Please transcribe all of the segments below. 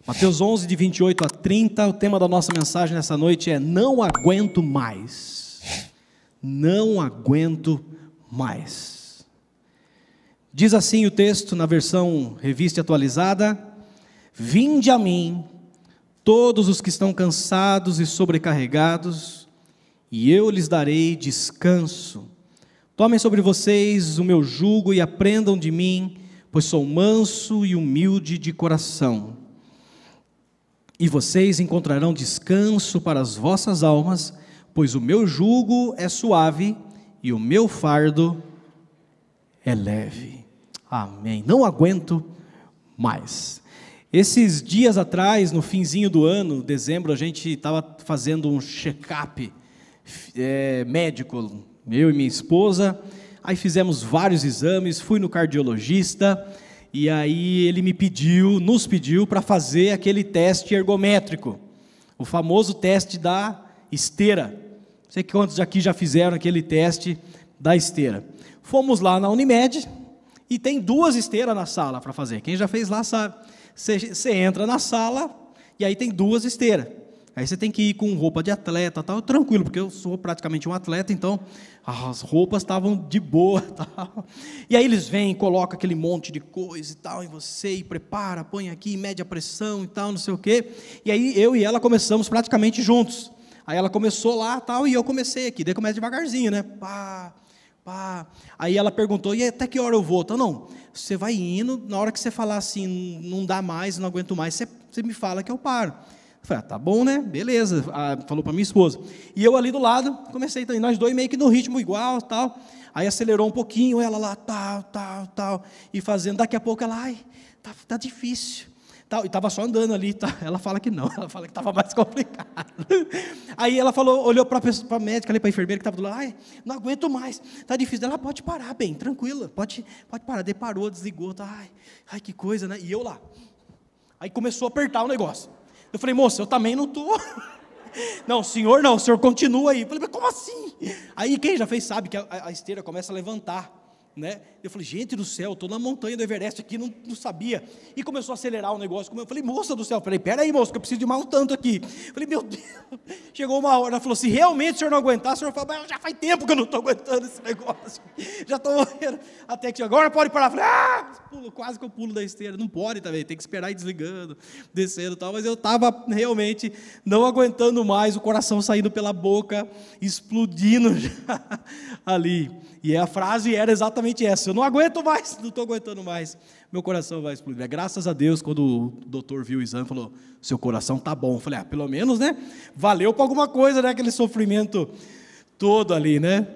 Mateus 11, de 28 a 30, o tema da nossa mensagem nessa noite é: não aguento mais. Não aguento mais. Diz assim o texto na versão revista e atualizada: vinde a mim, todos os que estão cansados e sobrecarregados, e eu lhes darei descanso. Tomem sobre vocês o meu jugo e aprendam de mim, pois sou manso e humilde de coração. E vocês encontrarão descanso para as vossas almas, pois o meu jugo é suave e o meu fardo é leve. Amém. Não aguento mais. Esses dias atrás, no finzinho do ano, dezembro, a gente estava fazendo um check-up médico, eu e minha esposa. Aí fizemos vários exames, fui no cardiologista, e aí ele nos pediu para fazer aquele teste ergométrico, o famoso teste da esteira. Não sei quantos aqui já fizeram aquele teste da esteira. Fomos lá na Unimed, e tem 2 esteiras na sala para fazer. Quem já fez lá sabe. Você entra na sala, e aí tem 2 esteiras. Aí você tem que ir com roupa de atleta, tal, tranquilo, porque eu sou praticamente um atleta, então as roupas estavam de boa. Tal. E aí eles vêm, colocam aquele monte de coisa e tal em você, e prepara, põe aqui, mede a pressão e tal, não sei o quê. E aí eu e ela começamos praticamente juntos. Aí ela começou lá tal, e eu comecei aqui, daí começa devagarzinho, né? Pá. Aí ela perguntou: e até que hora eu vou? Então, não, você vai indo, na hora que você falar assim, não dá mais, não aguento mais, você me fala que eu paro. Eu falei: tá bom, né, beleza, falou para minha esposa. E eu ali do lado, comecei também, nós dois meio que no ritmo igual, tal. Aí acelerou um pouquinho, ela lá, tal, e fazendo, daqui a pouco ela, ai, tá difícil. Tal, e estava só andando ali, tá? Ela fala que não, ela fala que estava mais complicado. Aí ela falou, olhou para a médica, ali para a enfermeira que estava do lado: ai, não aguento mais, está difícil. Ela: pode parar, bem, tranquila, pode parar. Daí parou, desligou, tá? Ai, que coisa, né? E eu lá. Aí começou a apertar o negócio. Eu falei: moça, eu também não estou. Não, senhor não, o senhor continua aí. Eu falei: mas como assim? Aí quem já fez sabe que a esteira começa a levantar, né? Eu falei: gente do céu, estou na montanha do Everest aqui, não sabia. E começou a acelerar o negócio. Eu falei: moça do céu, pera aí, moça, que eu preciso de mais um tanto aqui. Eu falei: meu Deus. Chegou uma hora, ela falou: se realmente o senhor não aguentar, o senhor fala: mas já faz tempo que eu não estou aguentando esse negócio, já estou morrendo. Até que agora pode parar. Eu falei: quase que eu pulo da esteira. Não pode também, tem que esperar ir desligando, descendo e tal. Mas eu estava realmente não aguentando mais, o coração saindo pela boca, explodindo ali. E a frase era exatamente essa: eu não aguento mais, não estou aguentando mais, meu coração vai explodir. Graças a Deus, quando o doutor viu o exame, falou: seu coração está bom. Eu falei: pelo menos, né, valeu para alguma coisa, né, aquele sofrimento todo ali, né.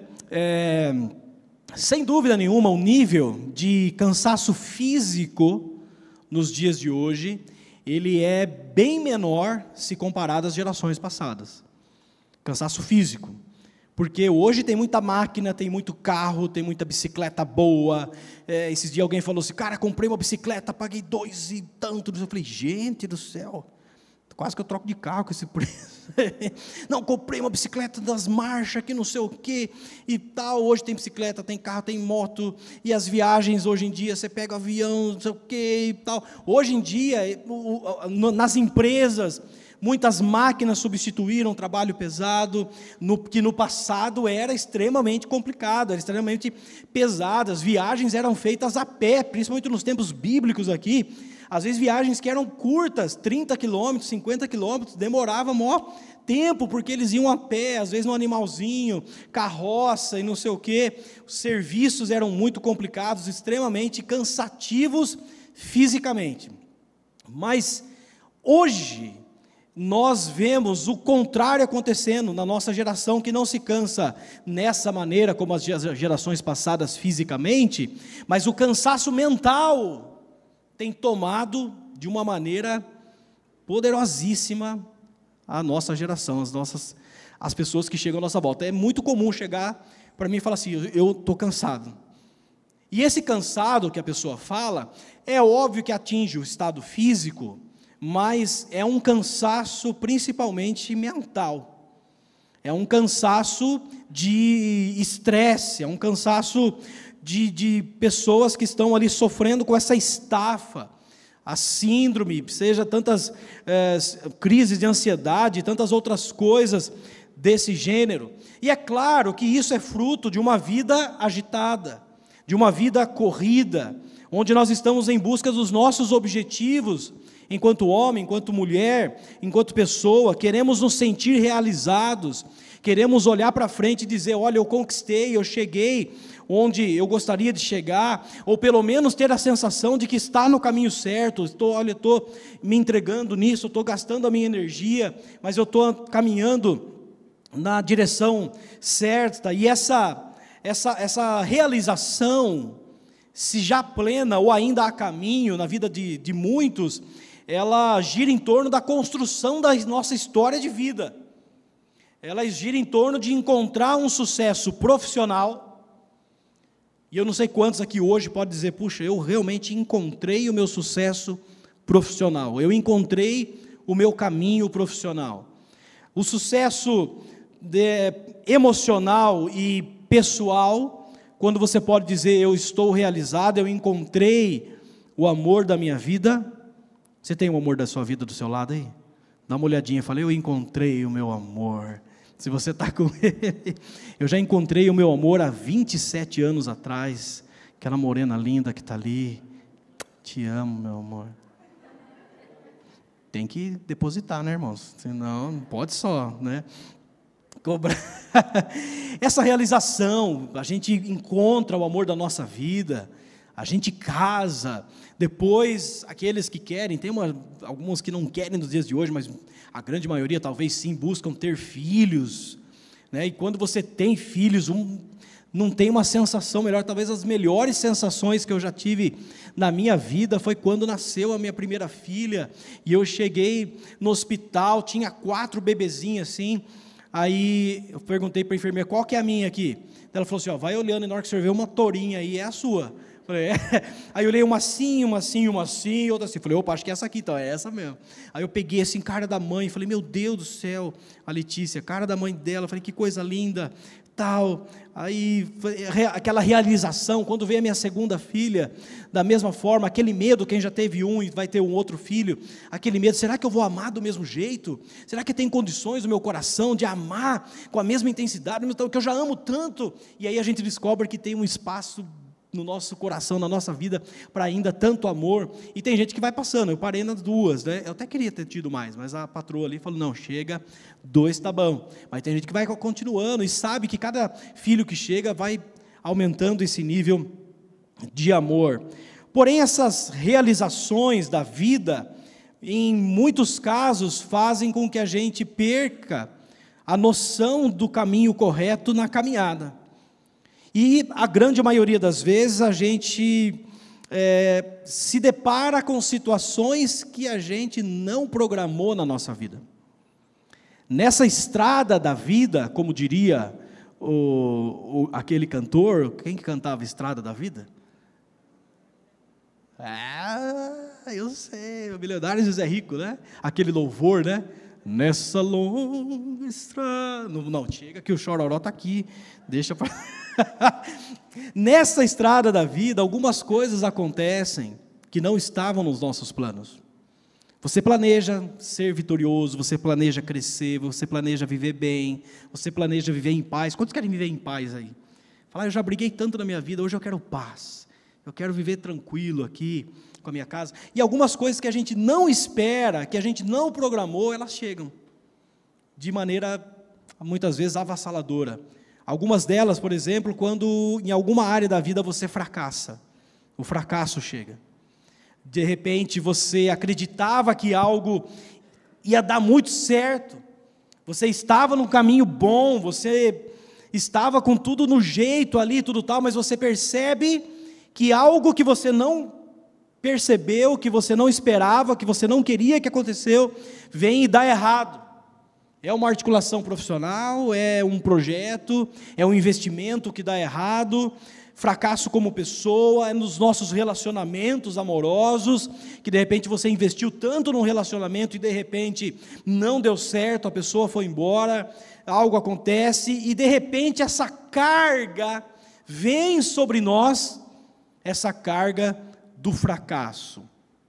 Sem dúvida nenhuma, o nível de cansaço físico nos dias de hoje, ele é bem menor se comparado às gerações passadas. Cansaço físico. Porque hoje tem muita máquina, tem muito carro, tem muita bicicleta boa. Esses dias alguém falou assim: cara, comprei uma bicicleta, paguei 2 e tanto. Eu falei: gente do céu, quase que eu troco de carro com esse preço. Não, comprei uma bicicleta das marchas, que não sei o quê e tal. Hoje tem bicicleta, tem carro, tem moto. E as viagens hoje em dia, você pega o avião, não sei o quê e tal. Hoje em dia, nas empresas, muitas máquinas substituíram o trabalho pesado, que no passado era extremamente complicado, era extremamente pesado. As viagens eram feitas a pé, principalmente nos tempos bíblicos aqui. Às vezes viagens que eram curtas, 30 quilômetros, 50 quilômetros, demorava maior tempo, porque eles iam a pé, às vezes no animalzinho, carroça e não sei o quê. Os serviços eram muito complicados, extremamente cansativos fisicamente. Mas hoje nós vemos o contrário acontecendo na nossa geração, que não se cansa nessa maneira como as gerações passadas fisicamente, mas o cansaço mental tem tomado de uma maneira poderosíssima a nossa geração, as pessoas que chegam à nossa volta. É muito comum chegar para mim e falar assim: eu estou cansado. E esse cansado que a pessoa fala, é óbvio que atinge o estado físico, mas é um cansaço principalmente mental. É um cansaço de estresse, é um cansaço de pessoas que estão ali sofrendo com essa estafa. a síndrome, seja tantas crises de ansiedade, tantas outras coisas desse gênero. E é claro que isso é fruto de uma vida agitada, de uma vida corrida, onde nós estamos em busca dos nossos objetivos, enquanto homem, enquanto mulher, enquanto pessoa, queremos nos sentir realizados, queremos olhar para frente e dizer, olha, eu conquistei, eu cheguei onde eu gostaria de chegar, ou pelo menos ter a sensação de que está no caminho certo, estou me entregando nisso, estou gastando a minha energia, mas eu estou caminhando na direção certa, e essa realização, se já plena ou ainda a caminho na vida de muitos, ela gira em torno da construção da nossa história de vida, ela gira em torno de encontrar um sucesso profissional. E eu não sei quantos aqui hoje podem dizer, puxa, eu realmente encontrei o meu sucesso profissional, eu encontrei o meu caminho profissional. O sucesso emocional e pessoal, quando você pode dizer, eu estou realizado, eu encontrei o amor da minha vida. Você tem o amor da sua vida do seu lado aí? Dá uma olhadinha e fala, eu encontrei o meu amor. Se você está com ele, eu já encontrei o meu amor há 27 anos atrás, aquela morena linda que está ali, te amo, meu amor. Tem que depositar, né, irmãos? Senão, não pode só, né? Cobrar. Essa realização, a gente encontra o amor da nossa vida, a gente casa, depois aqueles que querem, tem alguns que não querem nos dias de hoje, mas a grande maioria talvez sim buscam ter filhos, né? E quando você tem filhos, não tem uma sensação melhor, talvez as melhores sensações que eu já tive na minha vida foi quando nasceu a minha primeira filha, e eu cheguei no hospital, tinha 4 bebezinhos assim, aí eu perguntei para a enfermeira, qual que é a minha aqui? Ela falou assim, ó, vai olhando, e na hora que você ver uma tourinha aí, é a sua. Falei, Aí eu olhei uma assim, outra assim, falei, opa, acho que é essa aqui, então é essa mesmo. Aí eu peguei assim, cara da mãe, falei, meu Deus do céu, a Letícia, cara da mãe dela, falei, que coisa linda, tal. Aí aquela realização, quando veio a minha segunda filha, da mesma forma, aquele medo, quem já teve um e vai ter um outro filho, aquele medo, será que eu vou amar do mesmo jeito? Será que tem condições no meu coração de amar com a mesma intensidade, que eu já amo tanto? E aí a gente descobre que tem um espaço no nosso coração, na nossa vida, para ainda tanto amor, e tem gente que vai passando, eu parei nas 2, né? Eu até queria ter tido mais, mas a patroa ali falou, não, chega, 2 está bom, mas tem gente que vai continuando, e sabe que cada filho que chega, vai aumentando esse nível de amor. Porém, essas realizações da vida, em muitos casos, fazem com que a gente perca a noção do caminho correto na caminhada. E a grande maioria das vezes a gente se depara com situações que a gente não programou na nossa vida. Nessa estrada da vida, como diria aquele cantor, quem que cantava Estrada da Vida? Eu sei, o milionário José Rico, né? Aquele louvor, né? Nessa longa estrada. Não, chega que o Chororó está aqui, deixa para... Nessa estrada da vida, algumas coisas acontecem que não estavam nos nossos planos. Você planeja ser vitorioso, você planeja crescer, você planeja viver bem, você planeja viver em paz. Quantos querem viver em paz aí? Falar, eu já briguei tanto na minha vida, hoje eu quero paz, eu quero viver tranquilo aqui com a minha casa. E algumas coisas que a gente não espera, que a gente não programou, elas chegam de maneira muitas vezes avassaladora. Algumas delas, por exemplo, quando em alguma área da vida você fracassa, o fracasso chega. De repente você acreditava que algo ia dar muito certo, você estava num caminho bom, você estava com tudo no jeito ali, tudo tal, mas você percebe que algo que você não percebeu, que você não esperava, que você não queria que aconteceu, vem e dá errado. É uma articulação profissional, é um projeto, é um investimento que dá errado, fracasso como pessoa, é nos nossos relacionamentos amorosos, que de repente você investiu tanto num relacionamento e de repente não deu certo, a pessoa foi embora, algo acontece e de repente essa carga vem sobre nós, essa carga do fracasso.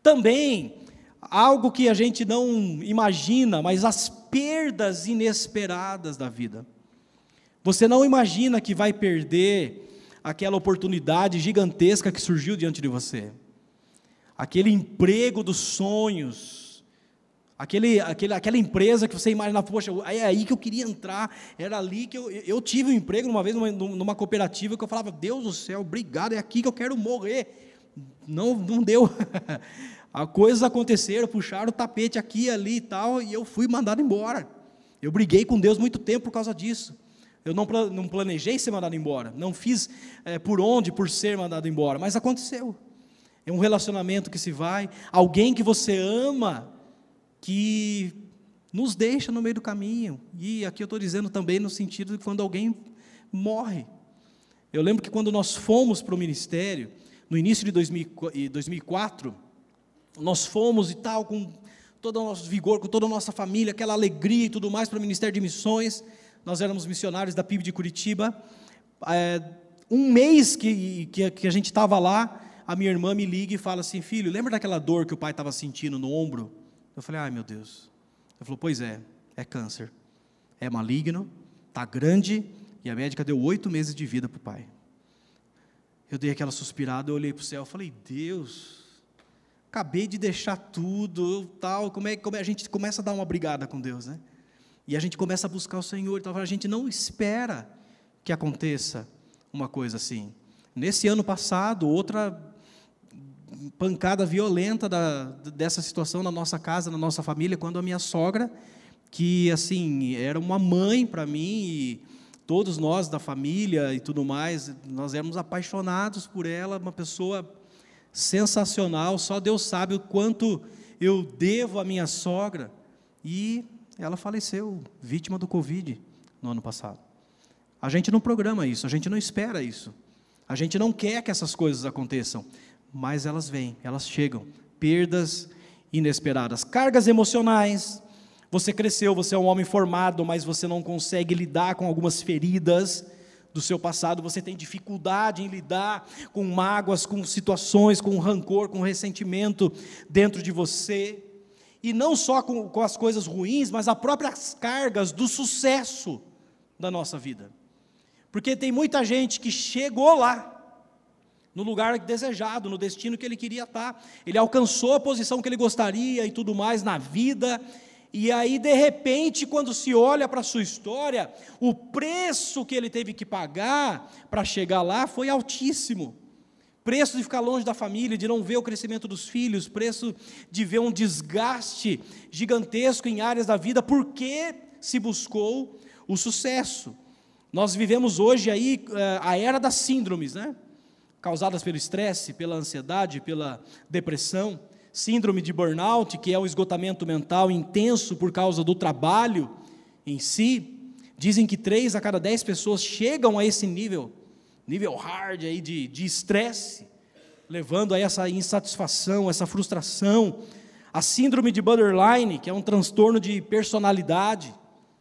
Também, algo que a gente não imagina, mas as perdas inesperadas da vida. Você não imagina que vai perder aquela oportunidade gigantesca que surgiu diante de você. Aquele emprego dos sonhos, aquela empresa que você imaginava, poxa, é aí que eu queria entrar, era ali que eu tive um emprego uma vez numa cooperativa que eu falava, Deus do céu, obrigado, é aqui que eu quero morrer. Não deu. As coisas aconteceram, puxaram o tapete aqui, ali e tal, e eu fui mandado embora. Eu briguei com Deus muito tempo por causa disso. Eu não planejei ser mandado embora, não fiz por ser mandado embora, mas aconteceu. É um relacionamento que se vai, alguém que você ama, que nos deixa no meio do caminho, e aqui eu estou dizendo também no sentido de quando alguém morre. Eu lembro que quando nós fomos para o ministério, no início de 2004, nós fomos e tal, com todo o nosso vigor, com toda a nossa família, aquela alegria e tudo mais para o Ministério de Missões. Nós éramos missionários da PIB de Curitiba. Um mês que a gente estava lá, a minha irmã me liga e fala assim, filho, lembra daquela dor que o pai estava sentindo no ombro? Eu falei, ai meu Deus. Ele falou, pois é câncer, é maligno, está grande, e a médica deu 8 meses de vida para o pai. Eu dei aquela suspirada, eu olhei para o céu, eu falei, Deus, acabei de deixar tudo, tal, como a gente começa a dar uma brigada com Deus, né? E a gente começa a buscar o Senhor, então a gente não espera que aconteça uma coisa assim. Nesse ano passado, outra pancada violenta dessa situação na nossa casa, na nossa família, quando a minha sogra, que assim, era uma mãe para mim, e todos nós da família e tudo mais, nós éramos apaixonados por ela, uma pessoa sensacional, só Deus sabe o quanto eu devo à minha sogra, e ela faleceu, vítima do Covid, no ano passado. A gente não programa isso, a gente não espera isso, a gente não quer que essas coisas aconteçam, mas elas vêm, elas chegam, perdas inesperadas, cargas emocionais. Você cresceu, você é um homem formado, mas você não consegue lidar com algumas feridas do seu passado, você tem dificuldade em lidar com mágoas, com situações, com rancor, com ressentimento dentro de você, e não só com as coisas ruins, mas as próprias cargas do sucesso da nossa vida, porque tem muita gente que chegou lá, no lugar desejado, no destino que ele queria estar, ele alcançou a posição que ele gostaria e tudo mais na vida, e aí de repente, quando se olha para a sua história, o preço que ele teve que pagar para chegar lá foi altíssimo, preço de ficar longe da família, de não ver o crescimento dos filhos, preço de ver um desgaste gigantesco em áreas da vida, porque se buscou o sucesso. Nós vivemos hoje aí a era das síndromes, né? Causadas pelo estresse, pela ansiedade, pela depressão, síndrome de burnout, que é o esgotamento mental intenso por causa do trabalho em si. Dizem que 3 a cada 10 pessoas chegam a esse nível hard aí de estresse, levando a essa insatisfação, essa frustração. A síndrome de borderline, que é um transtorno de personalidade.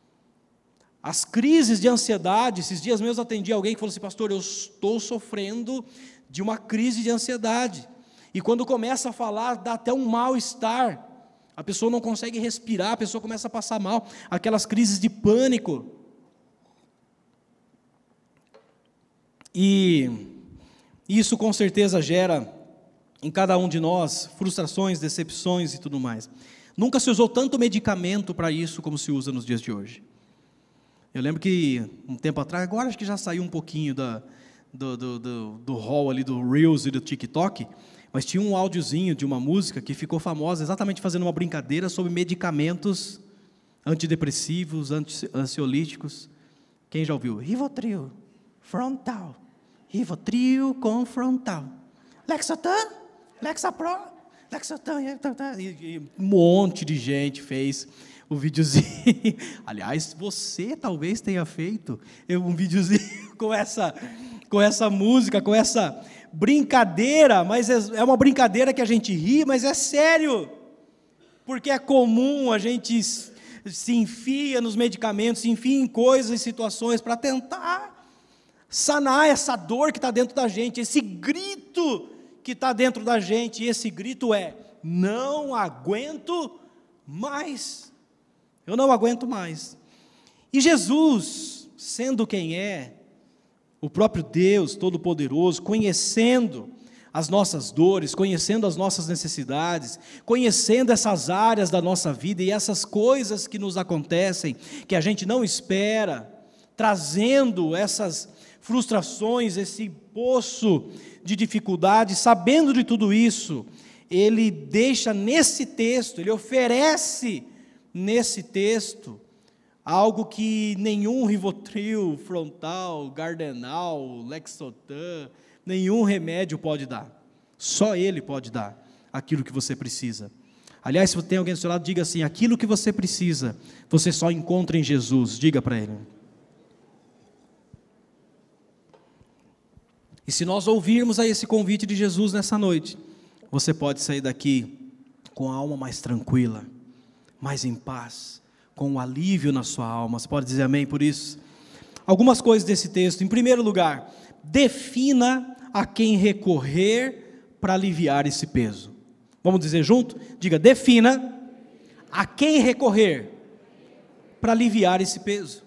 As crises de ansiedade. Esses dias mesmo atendi alguém que falou assim, pastor, eu estou sofrendo de uma crise de ansiedade, e quando começa a falar, dá até um mal-estar, a pessoa não consegue respirar, a pessoa começa a passar mal, aquelas crises de pânico, e isso com certeza gera em cada um de nós frustrações, decepções e tudo mais. Nunca se usou tanto medicamento para isso como se usa nos dias de hoje. Eu lembro que um tempo atrás, agora acho que já saiu um pouquinho do hall ali do Reels e do TikTok, mas tinha um áudiozinho de uma música que ficou famosa exatamente fazendo uma brincadeira sobre medicamentos antidepressivos, ansiolíticos. Quem já ouviu? Rivotril, frontal, Rivotril com frontal, Lexotan, Lexapro, Lexotan, e um monte de gente fez o videozinho. Aliás, você talvez tenha feito um videozinho com essa música, com essa brincadeira, mas é uma brincadeira que a gente ri, mas é sério, porque é comum a gente se enfia nos medicamentos, se enfia em coisas e situações para tentar sanar essa dor que está dentro da gente, esse grito que está dentro da gente, e esse grito é: não aguento mais. Eu não aguento mais. E Jesus, sendo quem é, o próprio Deus Todo-Poderoso, conhecendo as nossas dores, conhecendo as nossas necessidades, conhecendo essas áreas da nossa vida e essas coisas que nos acontecem, que a gente não espera, trazendo essas frustrações, esse poço de dificuldade, sabendo de tudo isso, ele deixa nesse texto, ele oferece nesse texto, algo que nenhum Rivotril, Frontal, Gardenal, Lexotan, nenhum remédio pode dar. Só Ele pode dar aquilo que você precisa. Aliás, se tem alguém do seu lado, diga assim: aquilo que você precisa, você só encontra em Jesus. Diga para ele. E se nós ouvirmos a esse convite de Jesus nessa noite, você pode sair daqui com a alma mais tranquila, mais em paz, com um alívio na sua alma. Você pode dizer amém por isso? Algumas coisas desse texto. Em primeiro lugar, defina a quem recorrer para aliviar esse peso. Vamos dizer junto? Diga: defina a quem recorrer para aliviar esse peso.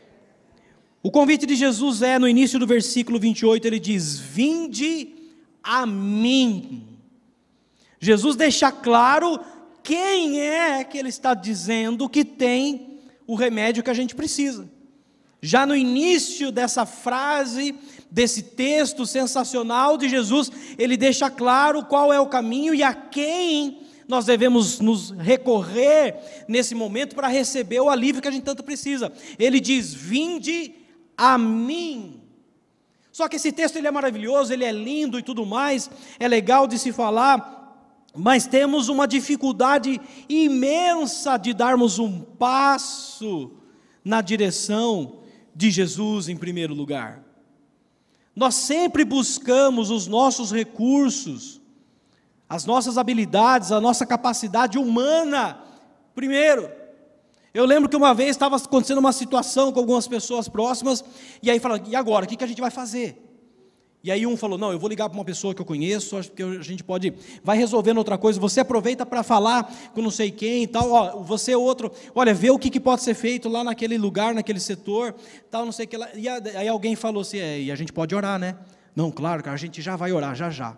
O convite de Jesus é, no início do versículo 28, ele diz: vinde a mim. Jesus deixa claro quem é que ele está dizendo que tem o remédio que a gente precisa. Já no início dessa frase, desse texto sensacional de Jesus, ele deixa claro qual é o caminho e a quem nós devemos nos recorrer nesse momento para receber o alívio que a gente tanto precisa. Ele diz: vinde a mim. Só que esse texto ele é maravilhoso, ele é lindo e tudo mais, é legal de se falar, mas temos uma dificuldade imensa de darmos um passo na direção de Jesus em primeiro lugar. Nós sempre buscamos os nossos recursos, as nossas habilidades, a nossa capacidade humana primeiro. Eu lembro que uma vez estava acontecendo uma situação com algumas pessoas próximas, e aí falaram: e agora, o que a gente vai fazer? E aí um falou: não, eu vou ligar para uma pessoa que eu conheço, acho que a gente vai resolvendo outra coisa, você aproveita para falar com não sei quem e tal, ó, você outro, olha, vê o que pode ser feito lá naquele lugar, naquele setor, tal, não sei o que lá. E aí alguém falou assim: e a gente pode orar, né? Não, claro, cara, a gente já vai orar, já.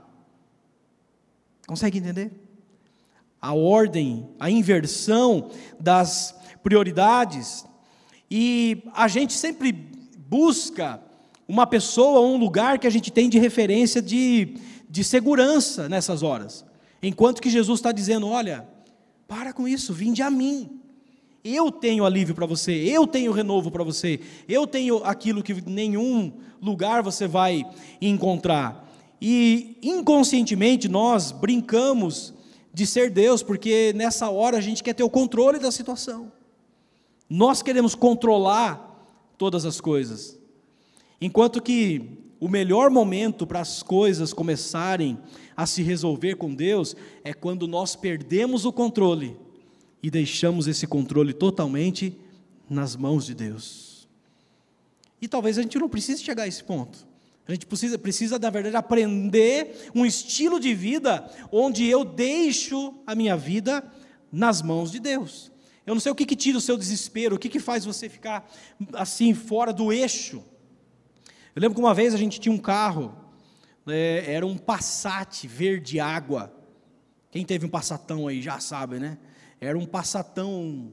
Consegue entender? A ordem, a inversão das prioridades, e a gente sempre busca uma pessoa ou um lugar que a gente tem de referência de segurança nessas horas, enquanto que Jesus está dizendo: olha, para com isso, vinde a mim, eu tenho alívio para você, eu tenho renovo para você, eu tenho aquilo que nenhum lugar você vai encontrar. E inconscientemente nós brincamos de ser Deus, porque nessa hora a gente quer ter o controle da situação, nós queremos controlar todas as coisas, enquanto que o melhor momento para as coisas começarem a se resolver com Deus é quando nós perdemos o controle e deixamos esse controle totalmente nas mãos de Deus. E talvez a gente não precise chegar a esse ponto. A gente precisa, na verdade, aprender um estilo de vida onde eu deixo a minha vida nas mãos de Deus. Eu não sei o que tira o seu desespero, o que faz você ficar assim fora do eixo. Eu lembro que uma vez a gente tinha um carro, era um Passat verde água. Quem teve um Passatão aí já sabe, né? Era um Passatão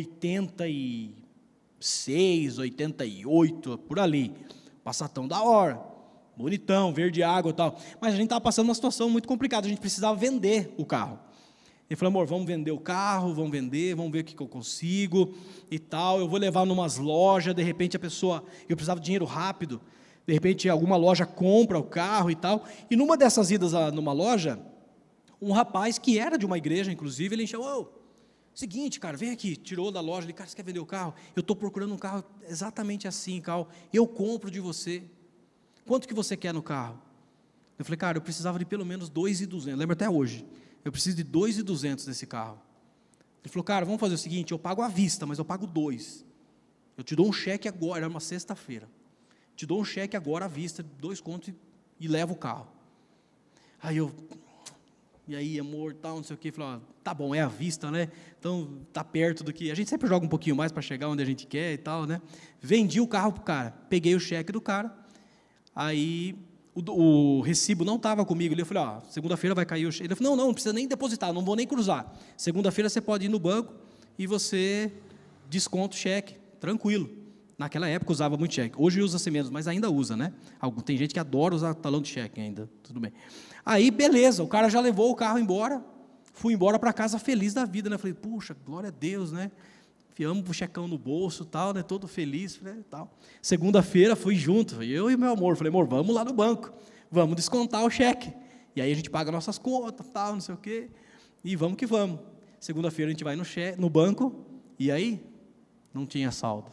86, 88, por ali. Passatão da hora, bonitão, verde água e tal. Mas a gente estava passando uma situação muito complicada, a gente precisava vender o carro. Ele falou: amor, vamos vender o carro, vamos ver o que eu consigo e tal. Eu vou levar numas lojas, de repente a pessoa, eu precisava de dinheiro rápido, de repente alguma loja compra o carro e tal. E numa dessas idas numa loja, um rapaz que era de uma igreja, inclusive, ele chamou: seguinte, cara, vem aqui, tirou da loja, ele: cara, você quer vender o carro? Eu estou procurando um carro exatamente assim, Cal, eu compro de você. Quanto que você quer no carro? Eu falei: cara, eu precisava de pelo menos 2.200, lembro até hoje. Eu preciso de 2.200 desse carro. Ele falou: cara, vamos fazer o seguinte, eu pago à vista, mas eu pago 2. Eu te dou um cheque agora, era uma sexta-feira. Te dou um cheque agora à vista, 2 contos e levo o carro. Aí eu, E aí, amor, tal, não sei o quê. Falei, ó, tá bom, é à vista, né? Então, tá perto do que... A gente sempre joga um pouquinho mais para chegar onde a gente quer e tal, né? Vendi o carro pro cara, peguei o cheque do cara, aí o recibo não estava comigo. Eu falei, ó, segunda-feira vai cair o cheque. Ele falou, não precisa nem depositar, não vou nem cruzar. Segunda-feira você pode ir no banco e você desconta o cheque, tranquilo. Naquela época usava muito cheque, hoje usa-se menos, mas ainda usa, né? Tem gente que adora usar talão de cheque ainda, tudo bem. Aí, beleza, o cara já levou o carro embora, fui embora para casa feliz da vida, né? Falei, puxa, glória a Deus, né? Enfiamos o checão no bolso, tal, né? Todo feliz, né? Tal. Segunda-feira fui junto, eu e meu amor, falei, amor, vamos lá no banco, vamos descontar o cheque. E aí a gente paga nossas contas, tal, não sei o quê, e vamos que vamos. Segunda-feira a gente vai no banco, e aí não tinha saldo.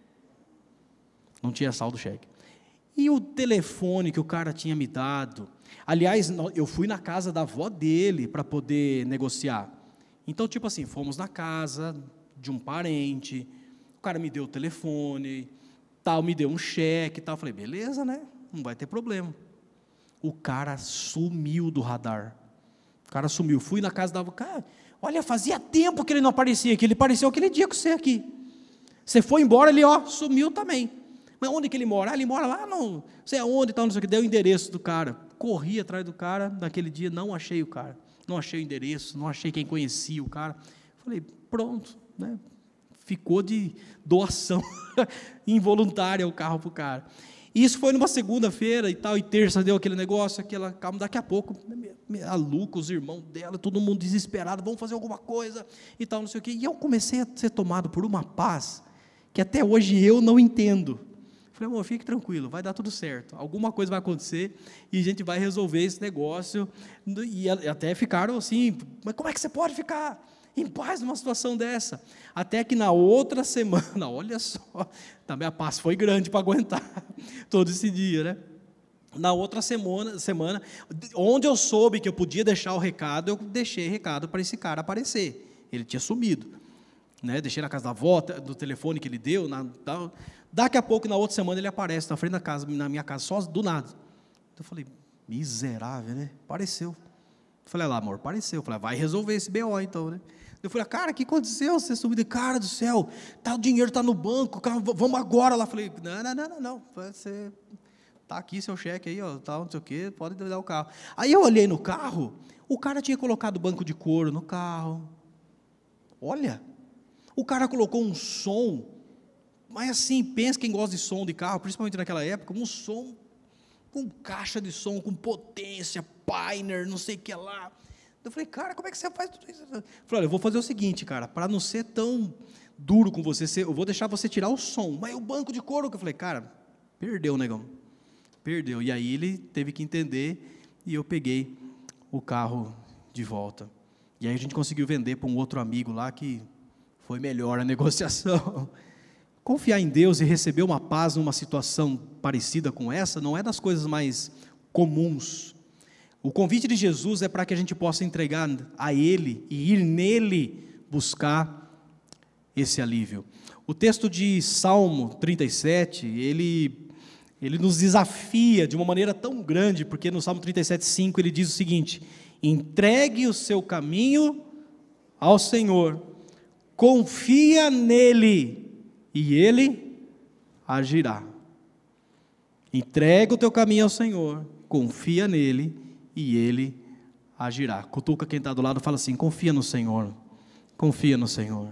Não tinha saldo do cheque. E o telefone que o cara tinha me dado, aliás, eu fui na casa da avó dele para poder negociar. Então, tipo assim, fomos na casa de um parente, o cara me deu o telefone, tal, me deu um cheque, tal. Falei, beleza, né? Não vai ter problema. O cara sumiu do radar. O cara sumiu. Fui na casa da avó, cara, olha, fazia tempo que ele não aparecia aqui, ele apareceu aquele dia com você aqui. Você foi embora, ele, ó, sumiu também. Mas onde que ele mora? Ah, ele mora lá, não sei aonde, tal, não sei o que, deu o endereço do cara. Corri atrás do cara, naquele dia não achei o cara, não achei o endereço, não achei quem conhecia o cara. Falei, pronto, né? Ficou de doação involuntária o carro para o cara. Isso foi numa segunda-feira e tal, e terça deu aquele negócio, calma, daqui a pouco, a Luca, os irmãos dela, todo mundo desesperado, vamos fazer alguma coisa e tal, não sei o que. E eu comecei a ser tomado por uma paz que até hoje eu não entendo. Falei, amor, fique tranquilo, vai dar tudo certo, alguma coisa vai acontecer e a gente vai resolver esse negócio. E até ficaram assim, mas como é que você pode ficar em paz numa situação dessa? Até que na outra semana, olha só, também a paz foi grande para aguentar todo esse dia, né? Na outra semana, onde eu soube que eu podia deixar o recado, eu deixei recado para esse cara aparecer, ele tinha sumido, né? Deixei na casa da avó, do telefone que ele deu, tal. Daqui a pouco, na outra semana, ele aparece na frente da casa, na minha casa, só do nada. Eu falei, miserável, né? Apareceu. Eu falei, lá, amor, apareceu. Eu falei, vai resolver esse BO então, né? Eu falei, cara, o que aconteceu? Você subiu, cara do céu, o dinheiro está no banco, cara, vamos agora lá. Eu falei, não, você está aqui seu cheque aí, ó, tal, não sei o quê, pode dar o carro. Aí eu olhei no carro, o cara tinha colocado banco de couro no carro. Olha, o cara colocou um som. Mas assim, pensa quem gosta de som de carro, principalmente naquela época, um som com caixa de som, com potência, Pioneer, não sei o que lá. Eu falei, cara, como é que você faz tudo isso? Eu falei, olha, eu vou fazer o seguinte, cara, para não ser tão duro com você, eu vou deixar você tirar o som, mas o banco de couro, que eu falei, cara, perdeu, negão, perdeu. E aí ele teve que entender, e eu peguei o carro de volta. E aí a gente conseguiu vender para um outro amigo lá, que foi melhor a negociação. Confiar em Deus e receber uma paz numa situação parecida com essa, não é das coisas mais comuns. O convite de Jesus é para que a gente possa entregar a Ele e ir nele buscar esse alívio. O texto de Salmo 37, ele nos desafia de uma maneira tão grande, porque no Salmo 37:5 ele diz o seguinte: entregue o seu caminho ao Senhor, confia nele, e Ele agirá. Entrega o teu caminho ao Senhor, confia nele, e Ele agirá. Cutuca quem está do lado e fala assim, confia no Senhor, confia no Senhor.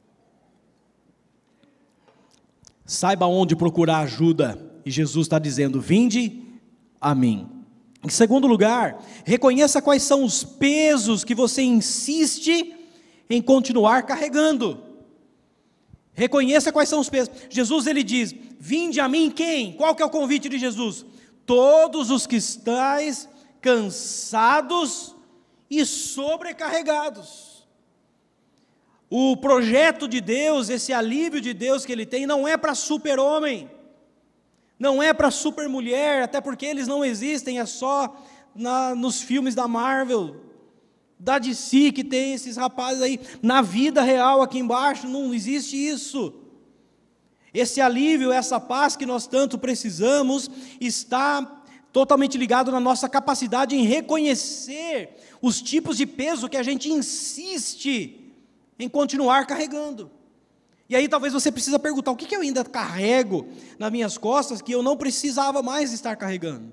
Saiba onde procurar ajuda, e Jesus está dizendo, vinde a mim. Em segundo lugar, reconheça quais são os pesos que você insiste em continuar carregando. Reconheça quais são os pesos. Jesus, ele diz, vinde a mim quem? Qual que é o convite de Jesus? Todos os que estáis cansados e sobrecarregados. O projeto de Deus, esse alívio de Deus que Ele tem, não é para super-homem, não é para super-mulher, até porque eles não existem, é só nos filmes da Marvel, da DC, que tem esses rapazes aí. Na vida real, aqui embaixo, não existe isso. Esse alívio, essa paz que nós tanto precisamos, está totalmente ligado na nossa capacidade em reconhecer os tipos de peso que a gente insiste em continuar carregando. E aí talvez você precisa perguntar, o que eu ainda carrego nas minhas costas que eu não precisava mais estar carregando?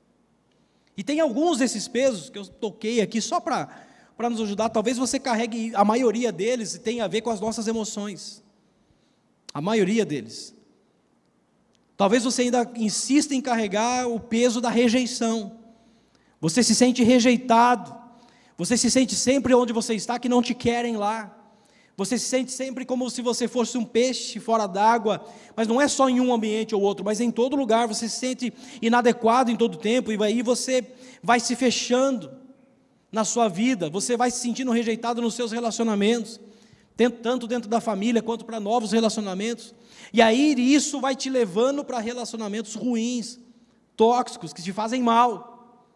E tem alguns desses pesos que eu toquei aqui só para nos ajudar. Talvez você carregue a maioria deles e tenha a ver com as nossas emoções. A maioria deles. Talvez você ainda insista em carregar o peso da rejeição. Você se sente rejeitado. Você se sente sempre onde você está que não te querem lá. Você se sente sempre como se você fosse um peixe fora d'água, mas não é só em um ambiente ou outro, mas em todo lugar. Você se sente inadequado em todo tempo, e aí você vai se fechando na sua vida, você vai se sentindo rejeitado nos seus relacionamentos, tanto dentro da família, quanto para novos relacionamentos, e aí isso vai te levando para relacionamentos ruins, tóxicos, que te fazem mal.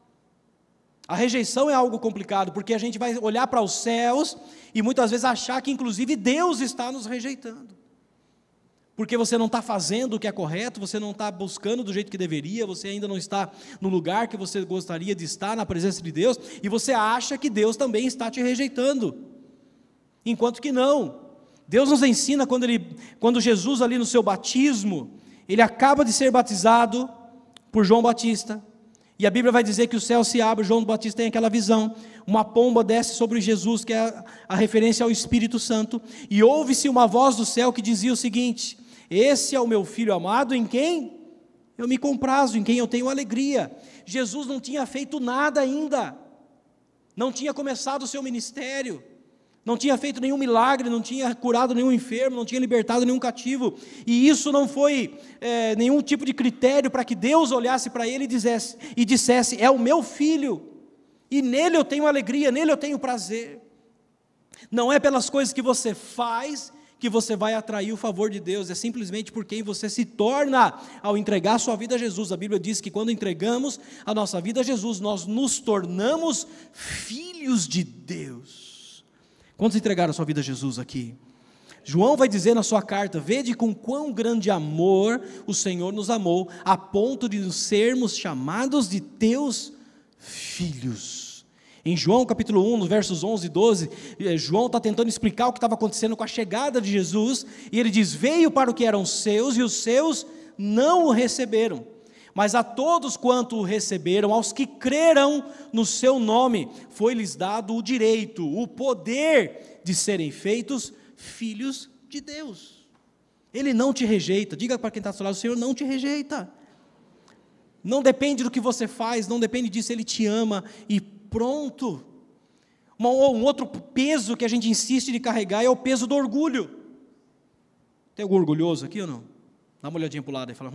A rejeição é algo complicado, porque a gente vai olhar para os céus e muitas vezes achar que inclusive Deus está nos rejeitando, porque você não está fazendo o que é correto, você não está buscando do jeito que deveria, você ainda não está no lugar que você gostaria de estar, na presença de Deus, e você acha que Deus também está te rejeitando, enquanto que não. Deus nos ensina quando Jesus ali no seu batismo, ele acaba de ser batizado por João Batista, e a Bíblia vai dizer que o céu se abre, João Batista tem aquela visão, uma pomba desce sobre Jesus, que é a referência ao Espírito Santo, e ouve-se uma voz do céu que dizia o seguinte: esse é o meu Filho amado, em quem eu me comprazo, em quem eu tenho alegria. Jesus não tinha feito nada ainda, não tinha começado o seu ministério, não tinha feito nenhum milagre, não tinha curado nenhum enfermo, não tinha libertado nenhum cativo, e isso não foi nenhum tipo de critério para que Deus olhasse para ele e dissesse, é o meu filho, e nele eu tenho alegria, nele eu tenho prazer. Não é pelas coisas que você faz que você vai atrair o favor de Deus, é simplesmente por quem você se torna ao entregar a sua vida a Jesus. A Bíblia diz que quando entregamos a nossa vida a Jesus, nós nos tornamos filhos de Deus. Quantos entregaram a sua vida a Jesus aqui? João vai dizer na sua carta, vede com quão grande amor o Senhor nos amou, a ponto de nos sermos chamados de teus filhos. Em João capítulo 1, nos versos 11 e 12, João está tentando explicar o que estava acontecendo com a chegada de Jesus, e ele diz, veio para o que eram seus, e os seus não o receberam. Mas a todos quanto o receberam, aos que creram no seu nome, foi-lhes dado o direito, o poder de serem feitos filhos de Deus. Ele não te rejeita. Diga para quem está ao seu lado, o Senhor não te rejeita. Não depende do que você faz, não depende disso, Ele te ama e pronto. Um outro peso que a gente insiste de carregar é o peso do orgulho. Tem algum orgulhoso aqui ou não? Dá uma olhadinha para o lado e fala,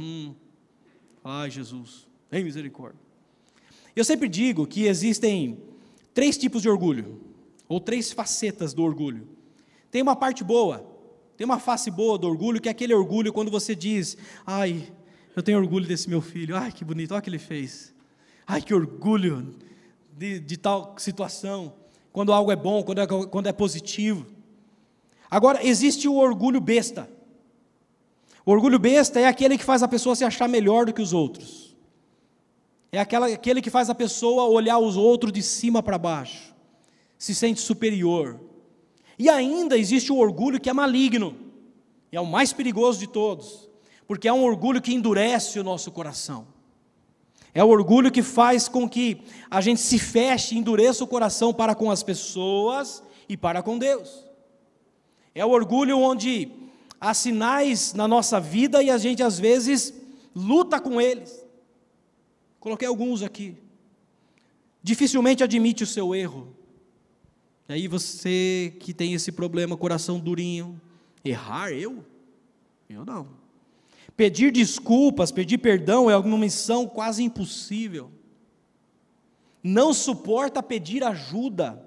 ai Jesus, tem misericórdia. Eu sempre digo que existem 3 tipos de orgulho, ou 3 facetas do orgulho. Tem uma parte boa, tem uma face boa do orgulho, que é aquele orgulho quando você diz, ai, eu tenho orgulho desse meu filho, ai que bonito, olha o que ele fez, ai que orgulho de tal situação, quando algo é bom, quando é positivo. Agora, existe o orgulho besta. O orgulho besta é aquele que faz a pessoa se achar melhor do que os outros. É aquele que faz a pessoa olhar os outros de cima para baixo, se sente superior. E ainda existe o orgulho que é maligno, e é o mais perigoso de todos, porque é um orgulho que endurece o nosso coração. É o orgulho que faz com que a gente se feche e endureça o coração para com as pessoas e para com Deus. É o orgulho onde há sinais na nossa vida e a gente às vezes luta com eles. Coloquei alguns aqui. Dificilmente admite o seu erro. E aí você que tem esse problema, coração durinho, errar eu? Eu não. Pedir desculpas, pedir perdão é uma missão quase impossível. Não suporta pedir ajuda.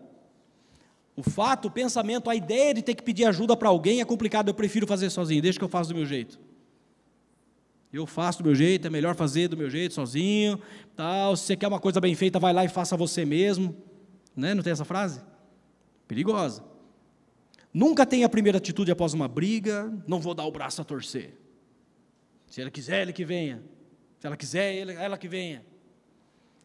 O pensamento, a ideia de ter que pedir ajuda para alguém é complicado, eu prefiro fazer sozinho, deixa que eu faço do meu jeito. Eu faço do meu jeito, é melhor fazer do meu jeito, sozinho, tal. Se você quer uma coisa bem feita, vai lá e faça você mesmo. Né? Não tem essa frase? Perigosa. Nunca tenha a primeira atitude após uma briga, não vou dar o braço a torcer. Se ela quiser, ele que venha. Se ela quiser, ela que venha.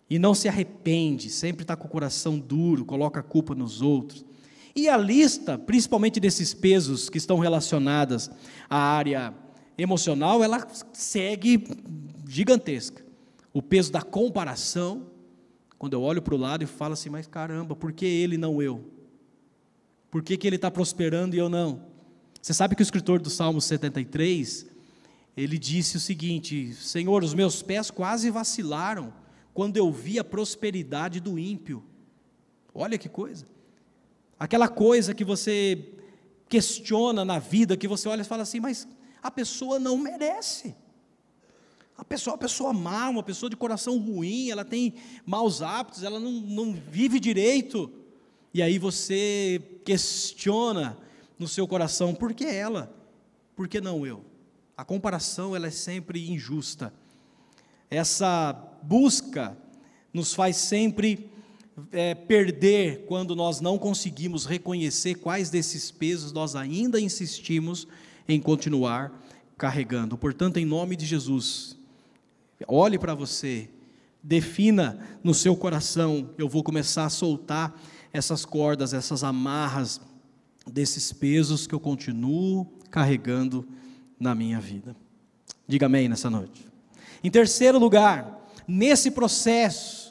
e não se arrepende, sempre está com o coração duro, coloca a culpa nos outros. E a lista, principalmente desses pesos que estão relacionados à área emocional, ela segue gigantesca. O peso da comparação, quando eu olho para o lado e falo assim, mas caramba, por que ele não eu? Por que ele está prosperando e eu não? Você sabe que o escritor do Salmo 73, ele disse o seguinte: Senhor, os meus pés quase vacilaram quando eu vi a prosperidade do ímpio. Olha que coisa. Aquela coisa que você questiona na vida, que você olha e fala assim, mas a pessoa não merece. A pessoa é uma pessoa má, uma pessoa de coração ruim, ela tem maus hábitos, ela não vive direito. E aí você questiona no seu coração, por que ela? Por que não eu? A comparação, ela é sempre injusta. Essa busca nos faz sempre perder quando nós não conseguimos reconhecer quais desses pesos nós ainda insistimos em continuar carregando. Portanto, em nome de Jesus, olhe para você, defina no seu coração, eu vou começar a soltar essas cordas, essas amarras desses pesos que eu continuo carregando na minha vida. Diga amém nessa noite. Em terceiro lugar, nesse processo,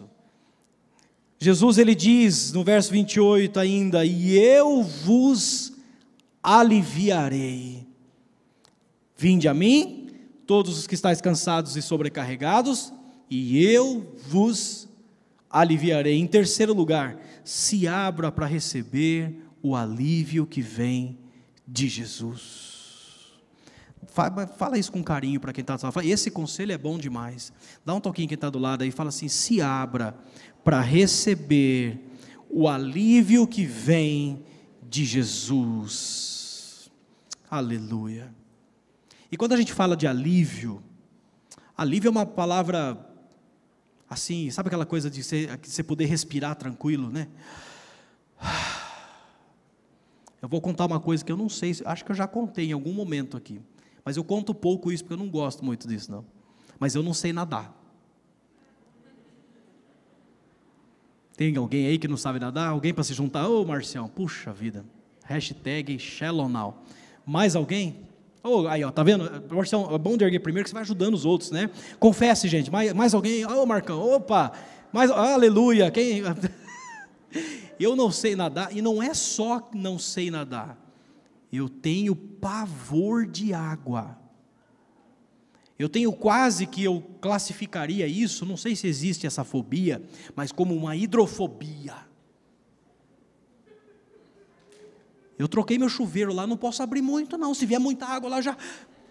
Jesus ele diz no verso 28 ainda, e eu vos aliviarei. Vinde a mim, todos os que estáis cansados e sobrecarregados, e eu vos aliviarei. Em terceiro lugar, se abra para receber o alívio que vem de Jesus. Fala isso com carinho para quem está do lado. Esse conselho é bom demais. Dá um toquinho quem está do lado aí, fala assim, se abra para receber o alívio que vem de Jesus. Aleluia. E quando a gente fala de alívio, alívio é uma palavra assim, sabe aquela coisa de você poder respirar tranquilo, né? Eu vou contar uma coisa que eu não sei, acho que eu já contei em algum momento aqui, mas eu conto pouco isso porque eu não gosto muito disso não, mas eu não sei nadar. Tem alguém aí que não sabe nadar? Alguém para se juntar? Ô Marcião, puxa vida, hashtag Shallow Now. Mais alguém? Aí ó, tá vendo? Marcião, é bom de erguer primeiro que você vai ajudando os outros, né? Confesse, gente, mais alguém? Ô Marcão, opa, aleluia, quem... Eu não sei nadar, e não é só não sei nadar, eu tenho pavor de água. Eu tenho quase que eu classificaria isso, não sei se existe essa fobia, mas como uma hidrofobia. Eu troquei meu chuveiro lá, não posso abrir muito não, se vier muita água lá já...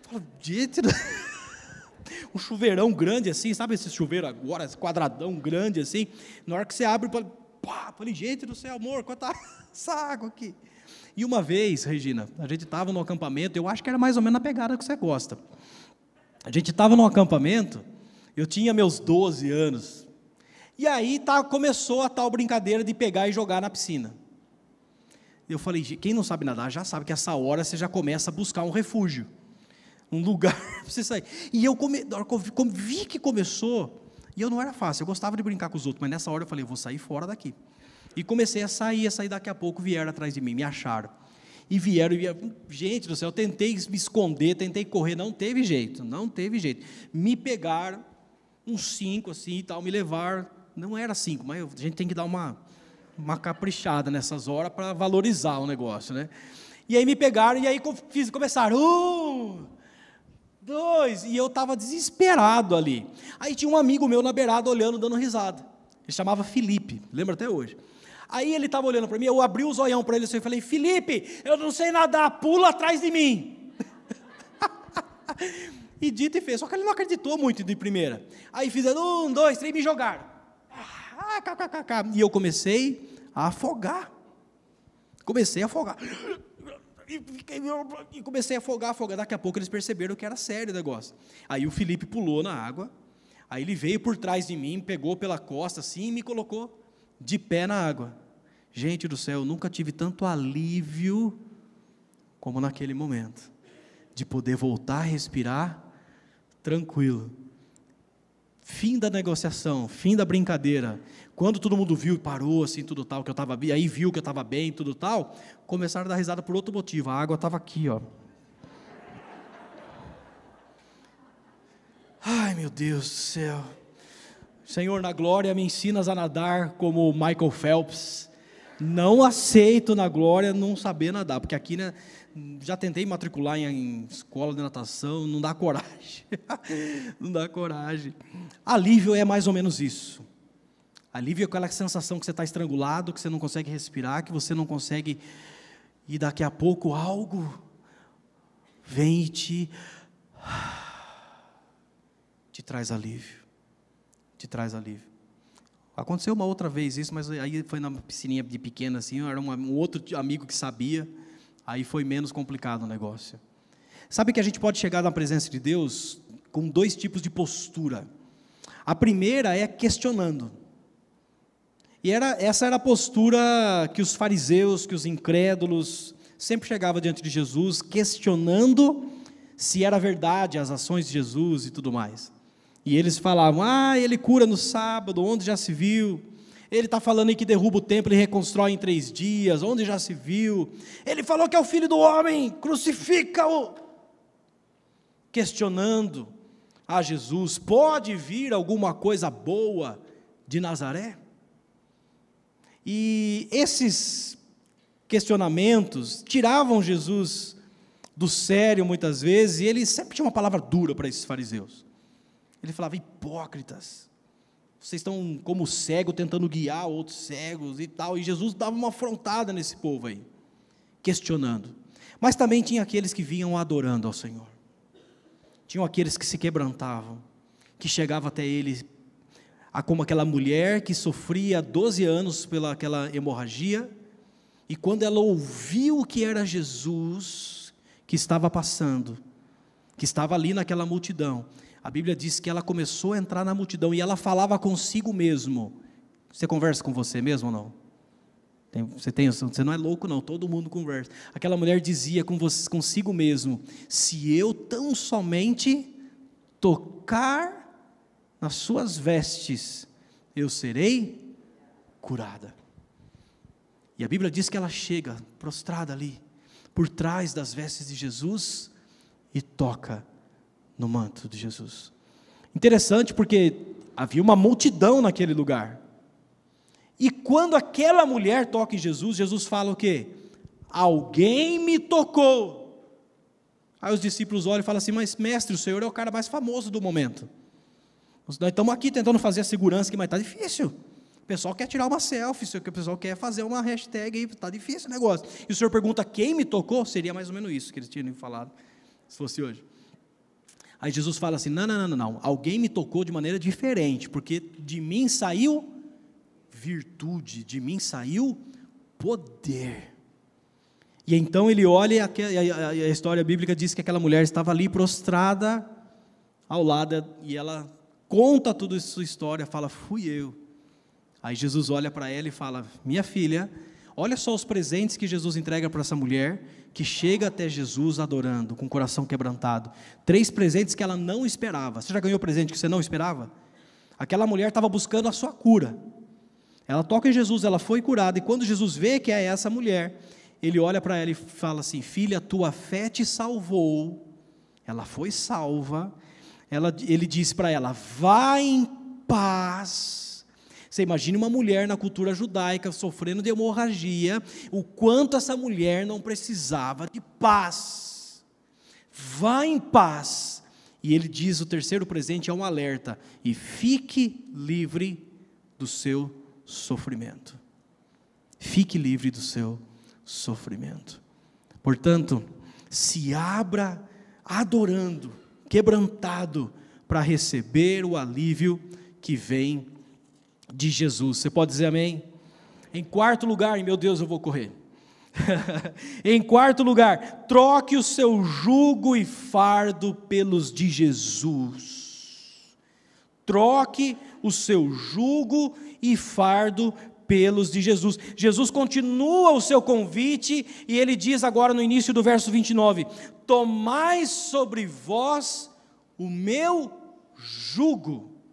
Um chuveirão grande assim, sabe esse chuveiro agora, esse quadradão grande assim, na hora que você abre, falei, gente do céu, amor, quanta essa água aqui. E uma vez, Regina, a gente estava no acampamento, eu acho que era mais ou menos a pegada que você gosta. A gente estava no acampamento, eu tinha meus 12 anos, e aí começou a tal brincadeira de pegar e jogar na piscina. Eu falei, quem não sabe nadar já sabe que essa hora você já começa a buscar um refúgio, um lugar para você sair. E eu vi que começou, e eu não era fácil, eu gostava de brincar com os outros, mas nessa hora eu falei, eu vou sair fora daqui. E comecei a sair, daqui a pouco vieram atrás de mim, me acharam. E vieram, gente do céu, eu tentei me esconder, tentei correr, não teve jeito. Me pegaram, uns 5 assim e tal, me levaram, não era 5, mas a gente tem que dar uma caprichada nessas horas para valorizar o negócio, né? E aí me pegaram, e aí começaram, 1, 2, e eu estava desesperado ali. Aí tinha um amigo meu na beirada olhando, dando risada. Ele chamava Felipe, lembra até hoje. Aí ele estava olhando para mim, eu abri o zoião para ele assim, e falei, Felipe, eu não sei nadar, pula atrás de mim. E dito e feito, só que ele não acreditou muito de primeira. Aí fizeram 1, 2, 3, me jogaram. E eu comecei a afogar. E comecei a afogar. Daqui a pouco eles perceberam que era sério o negócio. Aí o Felipe pulou na água, aí ele veio por trás de mim, pegou pela costa assim e me colocou de pé na água. Gente do céu, eu nunca tive tanto alívio como naquele momento, de poder voltar a respirar tranquilo. Fim da negociação, fim da brincadeira. Quando todo mundo viu e parou, assim, tudo tal, que eu estava bem, aí viu que eu estava bem, tudo tal, começaram a dar risada por outro motivo. A água estava aqui, ó. Ai, meu Deus do céu. Senhor, na glória me ensinas a nadar como Michael Phelps. Não aceito na glória não saber nadar, porque aqui, né, já tentei matricular em escola de natação, não dá coragem. Não dá coragem. Alívio é mais ou menos isso. Alívio é aquela sensação que você está estrangulado, que você não consegue respirar, que você não consegue, e daqui a pouco algo vem e te traz alívio. Te traz alívio. Aconteceu uma outra vez isso, mas aí foi na piscininha de pequena assim, era um outro amigo que sabia, aí foi menos complicado o negócio. Sabe que a gente pode chegar na presença de Deus com dois tipos de postura. A primeira é questionando. E essa era a postura que os fariseus, que os incrédulos, sempre chegavam diante de Jesus, questionando se era verdade as ações de Jesus e tudo mais. E eles falavam, ele cura no sábado, onde já se viu? Ele está falando aí que derruba o templo e reconstrói em 3 dias, onde já se viu? Ele falou que é o Filho do Homem, crucifica-o! Questionando a Jesus, pode vir alguma coisa boa de Nazaré? E esses questionamentos tiravam Jesus do sério muitas vezes, e ele sempre tinha uma palavra dura para esses fariseus. Ele falava, hipócritas, vocês estão como cego tentando guiar outros cegos e tal, e Jesus dava uma afrontada nesse povo aí, questionando. Mas também tinha aqueles que vinham adorando ao Senhor, tinham aqueles que se quebrantavam, que chegavam até ele, como aquela mulher que sofria 12 anos pela aquela hemorragia, e quando ela ouviu que era Jesus que estava passando, que estava ali naquela multidão, a Bíblia diz que ela começou a entrar na multidão e ela falava consigo mesmo. Você conversa com você mesmo ou não? Você não é louco não, todo mundo conversa. Aquela mulher dizia consigo mesmo, se eu tão somente tocar nas suas vestes, eu serei curada. E a Bíblia diz que ela chega prostrada ali, por trás das vestes de Jesus, e toca no manto de Jesus. Interessante porque havia uma multidão naquele lugar. E quando aquela mulher toca em Jesus, Jesus fala o quê? Alguém me tocou. Aí os discípulos olham e falam assim, mas mestre, o Senhor é o cara mais famoso do momento. Nós estamos aqui tentando fazer a segurança aqui, mas está difícil. O pessoal quer tirar uma selfie, o pessoal quer fazer uma hashtag aí, está difícil o negócio. E o Senhor pergunta, quem me tocou? Seria mais ou menos isso que eles tinham falado, se fosse hoje. Aí Jesus fala assim, não, alguém me tocou de maneira diferente, porque de mim saiu virtude, de mim saiu poder. E então ele olha, a história bíblica diz que aquela mulher estava ali prostrada ao lado, e ela conta toda a sua história, fala, fui eu. Aí Jesus olha para ela e fala, minha filha, olha só os presentes que Jesus entrega para essa mulher, que chega até Jesus adorando, com o coração quebrantado. 3 presentes que ela não esperava. Você já ganhou presente que você não esperava? Aquela mulher estava buscando a sua cura. Ela toca em Jesus, ela foi curada, e quando Jesus vê que é essa mulher, ele olha para ela e fala assim, filha, tua fé te salvou. Ela foi salva. Ele disse para ela, vá em paz. Você imagine uma mulher na cultura judaica sofrendo de hemorragia, o quanto essa mulher não precisava de paz. Vá em paz. E ele diz, o terceiro presente é um alerta, e fique livre do seu sofrimento. Fique livre do seu sofrimento. Portanto, se abra adorando, quebrantado, para receber o alívio que vem de Jesus. Você pode dizer amém? Em quarto lugar, meu Deus, eu vou correr. Em quarto lugar, troque o seu jugo e fardo pelos de Jesus. Troque o seu jugo e fardo pelos de Jesus. Jesus continua o seu convite e ele diz agora no início do verso 29, tomai sobre vós o meu jugo.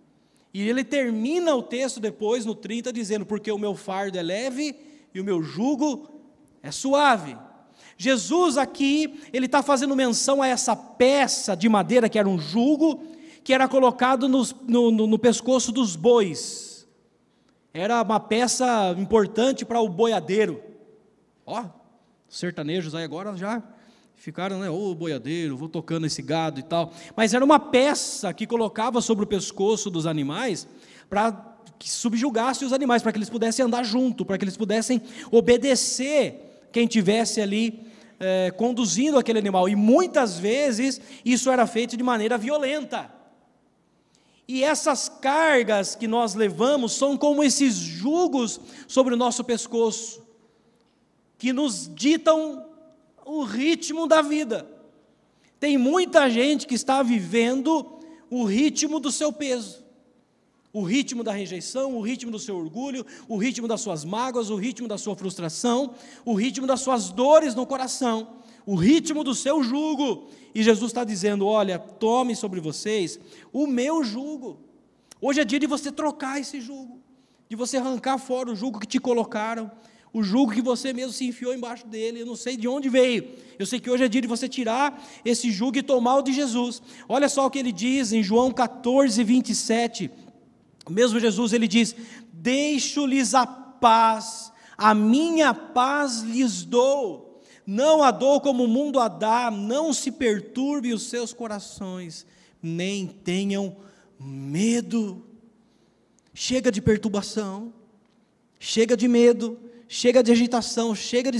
E ele termina o texto depois, no 30, dizendo: porque o meu fardo é leve e o meu jugo é suave. Jesus aqui, ele está fazendo menção a essa peça de madeira, que era um jugo, que era colocado no pescoço dos bois. Era uma peça importante para o boiadeiro. Ó, os sertanejos aí agora já ficaram, né? Ô, boiadeiro, vou tocando esse gado e tal. Mas era uma peça que colocava sobre o pescoço dos animais para que subjugasse os animais, para que eles pudessem andar junto, para que eles pudessem obedecer quem tivesse ali conduzindo aquele animal. E muitas vezes isso era feito de maneira violenta. E essas cargas que nós levamos são como esses jugos sobre o nosso pescoço, que nos ditam o ritmo da vida. Tem muita gente que está vivendo o ritmo do seu peso, o ritmo da rejeição, o ritmo do seu orgulho, o ritmo das suas mágoas, o ritmo da sua frustração, o ritmo das suas dores no coração, o ritmo do seu jugo. E Jesus está dizendo: olha, tome sobre vocês o meu jugo. Hoje é dia de você trocar esse jugo, de você arrancar fora o jugo que te colocaram, o jugo que você mesmo se enfiou embaixo dele. Eu não sei de onde veio, eu sei que hoje é dia de você tirar esse jugo e tomar o de Jesus. Olha só o que ele diz em João 14, 27, o mesmo Jesus, ele diz: deixo-lhes a paz, a minha paz lhes dou, não a dou como o mundo a dá, não se perturbe os seus corações, nem tenham medo. Chega de perturbação, chega de medo, chega de agitação, chega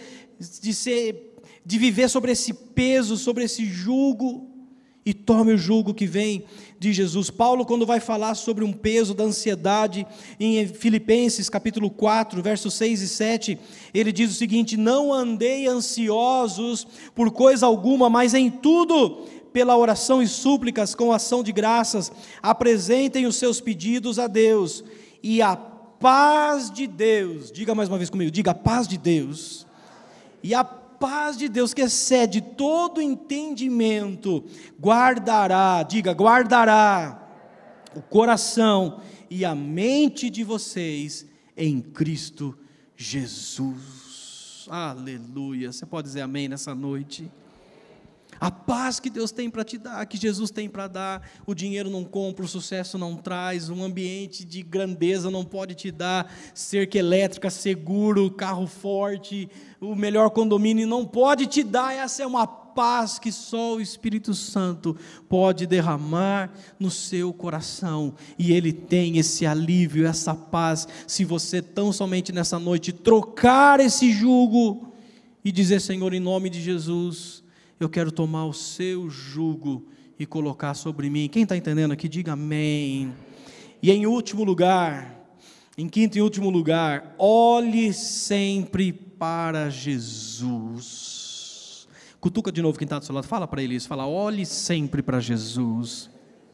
de viver sobre esse peso, sobre esse jugo, e tome o jugo que vem de Jesus. Paulo, quando vai falar sobre um peso da ansiedade, em Filipenses capítulo 4, versos 6 e 7, ele diz o seguinte: não andei ansiosos por coisa alguma, mas em tudo, pela oração e súplicas, com ação de graças, apresentem os seus pedidos a Deus, e a paz de Deus, diga mais uma vez comigo, diga: a paz de Deus, e a paz de Deus, que excede todo entendimento, guardará, diga, guardará o coração e a mente de vocês em Cristo Jesus. Aleluia. Você pode dizer amém nessa noite? A paz que Deus tem para te dar, que Jesus tem para dar. O dinheiro não compra, o sucesso não traz, um ambiente de grandeza não pode te dar, cerca elétrica, seguro, carro forte, o melhor condomínio não pode te dar. Essa é uma paz que só o Espírito Santo pode derramar no seu coração, e Ele tem esse alívio, essa paz, se você tão somente nessa noite trocar esse jugo e dizer: Senhor, em nome de Jesus, eu quero tomar o seu jugo e colocar sobre mim. Quem está entendendo aqui, diga amém. E em último lugar, em quinto e último lugar, olhe sempre para Jesus. Cutuca de novo quem está do seu lado, fala para ele isso, fala: olhe sempre para Jesus.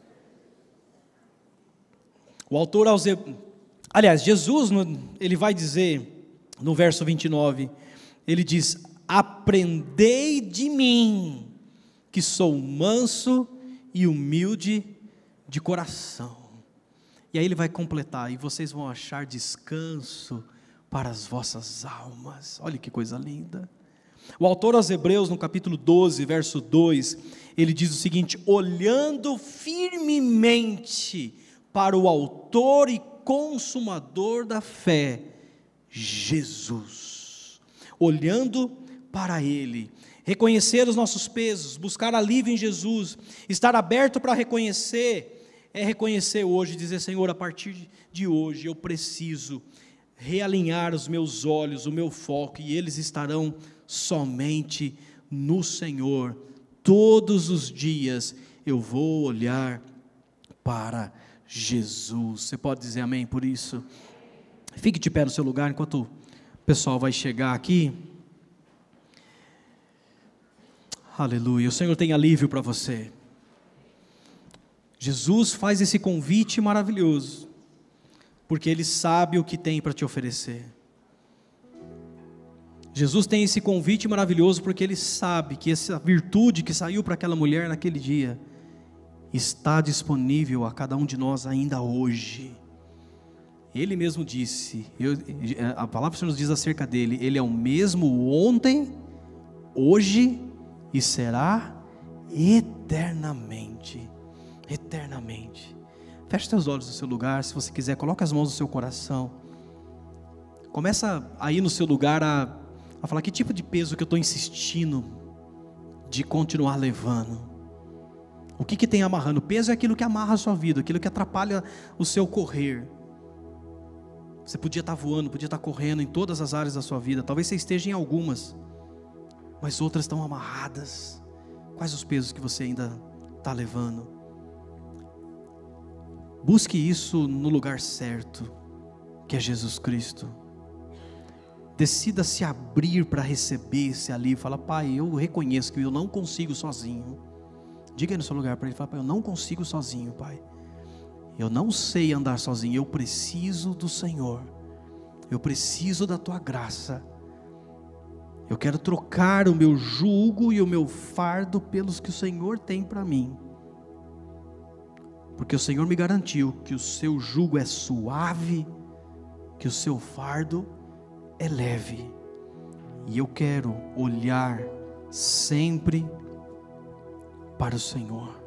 O autor Jesus, ele vai dizer no verso 29, ele diz: aprendei de mim, que sou manso e humilde de coração. E aí ele vai completar: e vocês vão achar descanso para as vossas almas. Olha que coisa linda. O autor aos Hebreus, no capítulo 12, verso 2, ele diz o seguinte: olhando firmemente para o autor e consumador da fé, Jesus. Olhando para Ele, reconhecer os nossos pesos, buscar alívio em Jesus, estar aberto para reconhecer, é reconhecer hoje, dizer: Senhor, a partir de hoje eu preciso realinhar os meus olhos, o meu foco, e eles estarão somente no Senhor. Todos os dias eu vou olhar para Jesus. Você pode dizer amém por isso? Fique de pé no seu lugar enquanto o pessoal vai chegar aqui. Aleluia, o Senhor tem alívio para você. Jesus faz esse convite maravilhoso, porque Ele sabe o que tem para te oferecer. Jesus tem esse convite maravilhoso, porque Ele sabe que essa virtude que saiu para aquela mulher naquele dia, está disponível a cada um de nós ainda hoje. Ele mesmo disse, a palavra do Senhor nos diz acerca dele, ele é o mesmo ontem, hoje e será eternamente. Eternamente. Feche seus olhos no seu lugar, se você quiser, coloque as mãos no seu coração. Começa aí no seu lugar a falar: que tipo de peso que eu estou insistindo de continuar levando? O que tem amarrando? O peso é aquilo que amarra a sua vida, aquilo que atrapalha o seu correr. Você podia estar voando, podia estar correndo em todas as áreas da sua vida. Talvez você esteja em algumas, mas outras estão amarradas. Quais os pesos que você ainda está levando? Busque isso no lugar certo, que é Jesus Cristo. Decida se abrir para receber esse alívio. Fala: Pai, eu reconheço que eu não consigo sozinho. Diga aí no seu lugar para ele, fala: Pai, eu não consigo sozinho, Pai. Eu não sei andar sozinho, eu preciso do Senhor. Eu preciso da Tua graça. Eu quero trocar o meu jugo e o meu fardo pelos que o Senhor tem para mim. Porque o Senhor me garantiu que o seu jugo é suave, que o seu fardo é leve. E eu quero olhar sempre para o Senhor.